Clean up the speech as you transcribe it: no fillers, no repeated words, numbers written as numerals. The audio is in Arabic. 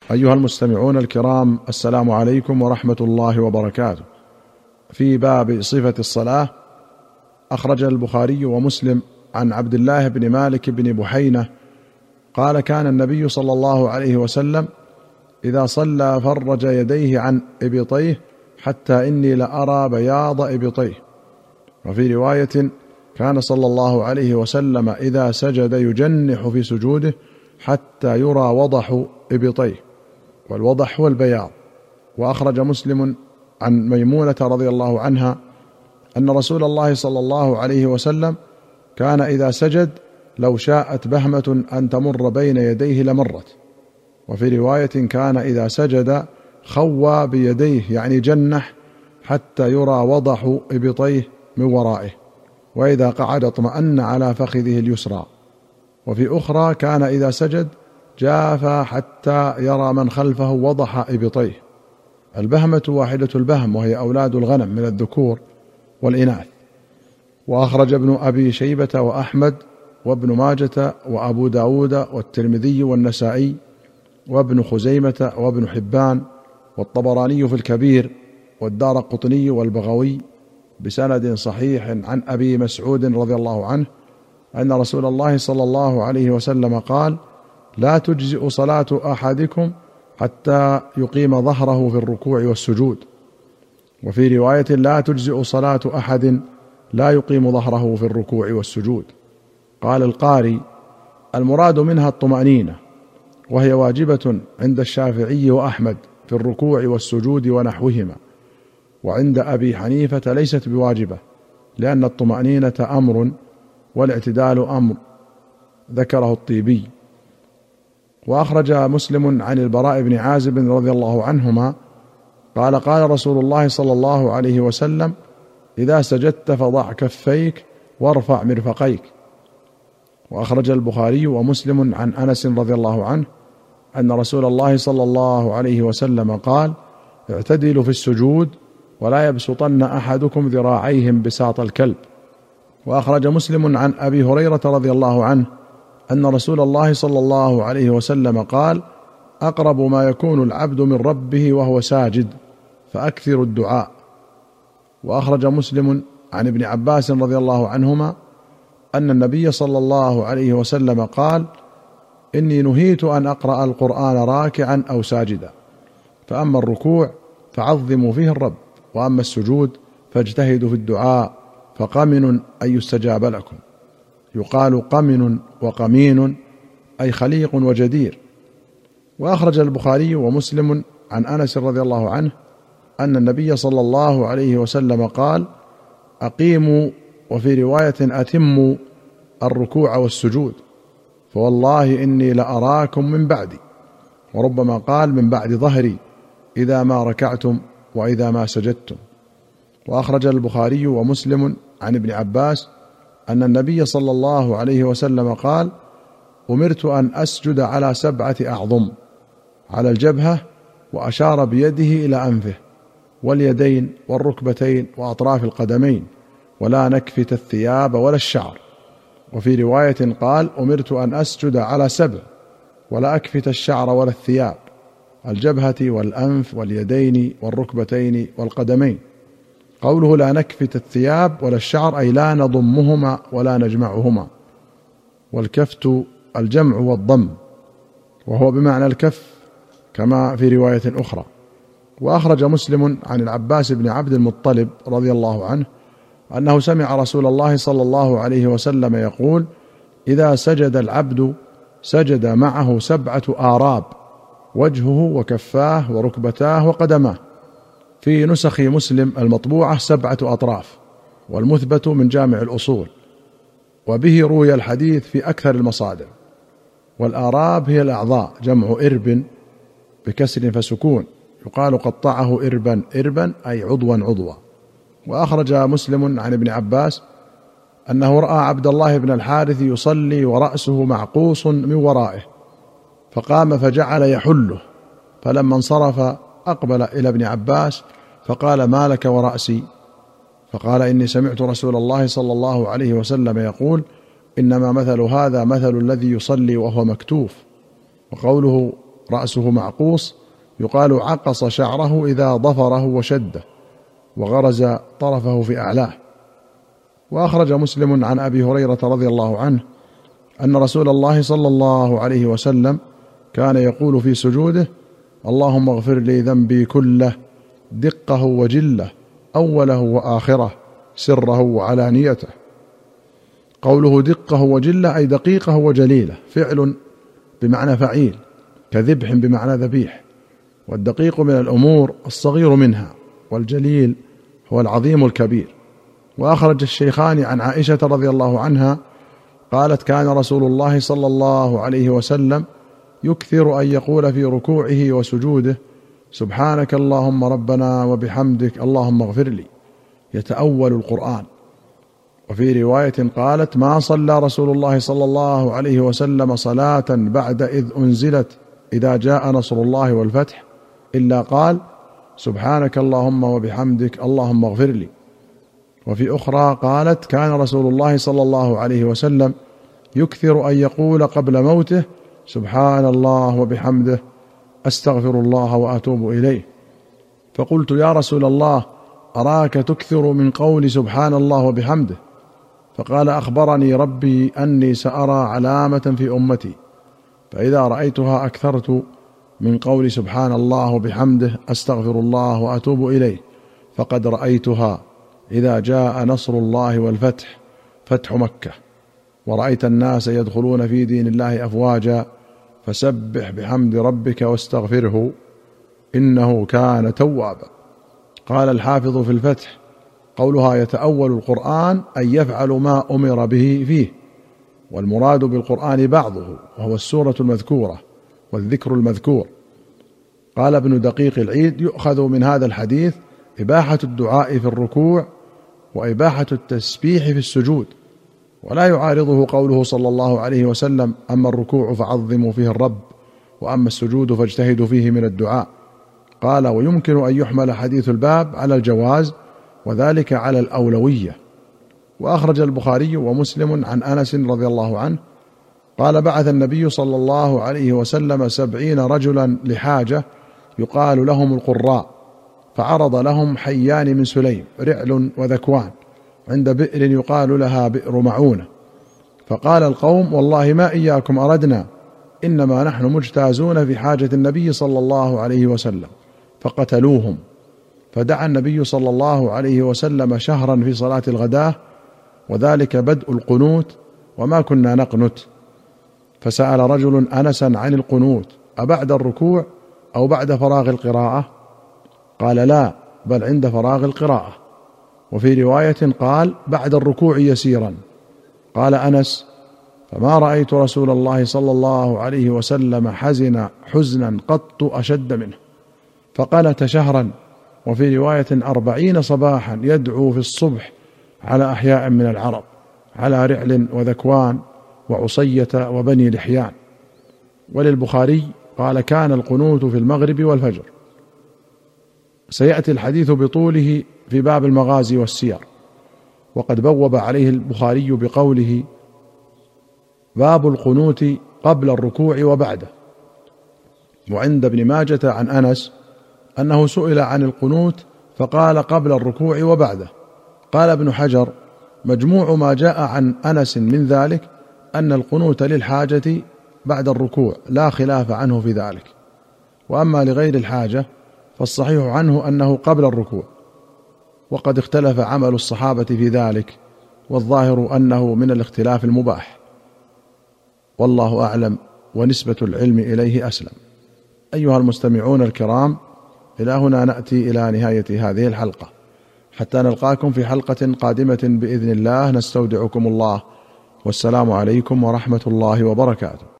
أيها المستمعون الكرام، السلام عليكم ورحمة الله وبركاته. في باب صفة الصلاة، أخرج البخاري ومسلم عن عبد الله بن مالك بن بحينة قال: كان النبي صلى الله عليه وسلم إذا صلى فرج يديه عن إبطيه حتى إني لأرى بياض إبطيه. وفي رواية: كان صلى الله عليه وسلم إذا سجد يجنح في سجوده حتى يرى وضح إبطيه، والوضح هو البياض. وأخرج مسلم عن ميمونة رضي الله عنها أن رسول الله صلى الله عليه وسلم كان إذا سجد لو شاءت بهمة أن تمر بين يديه لمرت. وفي رواية: كان إذا سجد خوى بيديه، يعني جنح حتى يرى وضح إبطيه من ورائه، وإذا قعد اطمأن على فخذه اليسرى. وفي أخرى: كان إذا سجد جافى حتى يرى من خلفه وضح إبطيه. البهمة واحدة البهم، وهي أولاد الغنم من الذكور والإناث. وأخرج ابن أبي شيبة وأحمد وابن ماجة وأبو داود والترمذي والنسائي وابن خزيمة وابن حبان والطبراني في الكبير والدارقطني والبغوي بسند صحيح عن أبي مسعود رضي الله عنه أن رسول الله صلى الله عليه وسلم قال: لا تجزئ صلاة أحدكم حتى يقيم ظهره في الركوع والسجود. وفي رواية: لا تجزئ صلاة أحد لا يقيم ظهره في الركوع والسجود. قال القاري: المراد منها الطمأنينة، وهي واجبة عند الشافعي وأحمد في الركوع والسجود ونحوهما، وعند أبي حنيفة ليست بواجبة، لأن الطمأنينة أمر والاعتدال أمر، ذكره الطيبي. وأخرج مسلم عن البراء بن عازب رضي الله عنهما قال: قال رسول الله صلى الله عليه وسلم: إذا سجدت فضع كفيك وارفع مرفقيك. وأخرج البخاري ومسلم عن أنس رضي الله عنه أن رسول الله صلى الله عليه وسلم قال: اعتدلوا في السجود ولا يبسطن أحدكم ذراعيهم بساط الكلب. وأخرج مسلم عن أبي هريرة رضي الله عنه أن رسول الله صلى الله عليه وسلم قال: أقرب ما يكون العبد من ربه وهو ساجد فأكثر الدعاء. وأخرج مسلم عن ابن عباس رضي الله عنهما أن النبي صلى الله عليه وسلم قال: إني نهيت أن أقرأ القرآن راكعا أو ساجدا، فأما الركوع فعظموا فيه الرب، وأما السجود فاجتهدوا في الدعاء، فقمن أن يستجاب لكم. يقال قمن وقمين، أي خليق وجدير. وأخرج البخاري ومسلم عن أنس رضي الله عنه أن النبي صلى الله عليه وسلم قال: أقيموا، وفي رواية: أتموا الركوع والسجود، فوالله إني لأراكم من بعدي، وربما قال من بعد ظهري، إذا ما ركعتم وإذا ما سجدتم. وأخرج البخاري ومسلم عن ابن عباس أن النبي صلى الله عليه وسلم قال: أمرت أن أسجد على 7 أعظم، على الجبهة، وأشار بيده إلى أنفه واليدين والركبتين وأطراف القدمين، ولا نكفت الثياب ولا الشعر. وفي رواية قال: أمرت أن أسجد على 7، ولا أكفت الشعر ولا الثياب، الجبهة والأنف واليدين والركبتين والقدمين. قوله لا نكفت الثياب ولا الشعر أي لا نضمهما ولا نجمعهما، والكفت الجمع والضم، وهو بمعنى الكف كما في رواية أخرى. وأخرج مسلم عن العباس بن عبد المطلب رضي الله عنه أنه سمع رسول الله صلى الله عليه وسلم يقول: إذا سجد العبد سجد معه 7 آراب، وجهه وكفاه وركبتاه وقدماه. في نسخ مسلم المطبوعة 7 أطراف، والمثبت من جامع الأصول، وبه روي الحديث في أكثر المصادر. والآراب هي الأعضاء، جمع إرب بكسر فسكون، يقال قطعه إربا، إربا أي عضوا عضوا. وأخرج مسلم عن ابن عباس أنه رأى عبد الله بن الحارث يصلي ورأسه معقوص من ورائه، فقام فجعل يحله، فلما انصرف أقبل إلى ابن عباس فقال: ما لك ورأسي؟ فقال: إني سمعت رسول الله صلى الله عليه وسلم يقول: إنما مثل هذا مثل الذي يصلي وهو مكتوف. وقوله رأسه معقوس يقال عقص شعره إذا ضفره وشده وغرز طرفه في أعلاه. وأخرج مسلم عن أبي هريرة رضي الله عنه أن رسول الله صلى الله عليه وسلم كان يقول في سجوده: اللهم اغفر لي ذنبي كله دقه وجله أوله وآخره سره وعلانيته. قوله دقه وجله أي دقيقه وجليله، فعل بمعنى فعيل، كذبح بمعنى ذبيح، والدقيق من الأمور الصغير منها، والجليل هو العظيم الكبير. وأخرج الشيخان عن عائشة رضي الله عنها قالت: كان رسول الله صلى الله عليه وسلم يكثر أن يقول في ركوعه وسجوده: سبحانك اللهم ربنا وبحمدك اللهم اغفر لي، يتأول القرآن. وفي رواية قالت: ما صلى رسول الله صلى الله عليه وسلم صلاة بعد إذ أنزلت إذا جاء نصر الله والفتح إلا قال: سبحانك اللهم وبحمدك اللهم اغفر لي. وفي أخرى قالت: كان رسول الله صلى الله عليه وسلم يكثر أن يقول قبل موته: سبحان الله وبحمده أستغفر الله وأتوب إليه. فقلت: يا رسول الله، أراك تكثر من قول سبحان الله وبحمده. فقال: أخبرني ربي أني سأرى علامة في أمتي، فإذا رأيتها أكثرت من قول سبحان الله وبحمده أستغفر الله وأتوب إليه، فقد رأيتها إذا جاء نصر الله والفتح، فتح مكة، ورأيت الناس يدخلون في دين الله أفواجا، فسبح بحمد ربك واستغفره إنه كان توابا. قال الحافظ في الفتح: قولها يتأول القرآن أي يفعل ما أمر به فيه، والمراد بالقرآن بعضه وهو السورة المذكورة والذكر المذكور. قال ابن دقيق العيد: يؤخذ من هذا الحديث إباحة الدعاء في الركوع وإباحة التسبيح في السجود، ولا يعارضه قوله صلى الله عليه وسلم: أما الركوع فعظموا فيه الرب، وأما السجود فاجتهدوا فيه من الدعاء. قال: ويمكن أن يحمل حديث الباب على الجواز، وذلك على الأولوية. وأخرج البخاري ومسلم عن أنس رضي الله عنه قال: بعث النبي صلى الله عليه وسلم 70 رجلا لحاجة يقال لهم القراء، فعرض لهم حيان من سليم رعل وذكوان عند بئر يقال لها بئر معونة، فقال القوم: والله ما إياكم أردنا، إنما نحن مجتازون في حاجة النبي صلى الله عليه وسلم، فقتلوهم. فدعا النبي صلى الله عليه وسلم شهرا في صلاة الغداة، وذلك بدء القنوت، وما كنا نقنت. فسأل رجل أنسا عن القنوت: أبعد الركوع أو بعد فراغ القراءة؟ قال: لا، بل عند فراغ القراءة. وفي رواية قال: بعد الركوع يسيرا. قال أنس: فما رأيت رسول الله صلى الله عليه وسلم حزن حزنا قط أشد منه، فقنت شهرا. وفي رواية 40 صباحا يدعو في الصبح على أحياء من العرب، على رعل وذكوان وعصية وبني لحيان. وللبخاري قال: كان القنوت في المغرب والفجر. سيأتي الحديث بطوله في باب المغازي والسير، وقد بوب عليه البخاري بقوله: باب القنوت قبل الركوع وبعده. وعند ابن ماجة عن أنس أنه سئل عن القنوت فقال: قبل الركوع وبعده. قال ابن حجر: مجموع ما جاء عن أنس من ذلك أن القنوت للحاجة بعد الركوع، لا خلاف عنه في ذلك. وأما لغير الحاجة فالصحيح عنه أنه قبل الركوع، وقد اختلف عمل الصحابة في ذلك، والظاهر أنه من الاختلاف المباح، والله أعلم، ونسبة العلم إليه أسلم. أيها المستمعون الكرام، إلى هنا نأتي إلى نهاية هذه الحلقة، حتى نلقاكم في حلقة قادمة بإذن الله. نستودعكم الله، والسلام عليكم ورحمة الله وبركاته.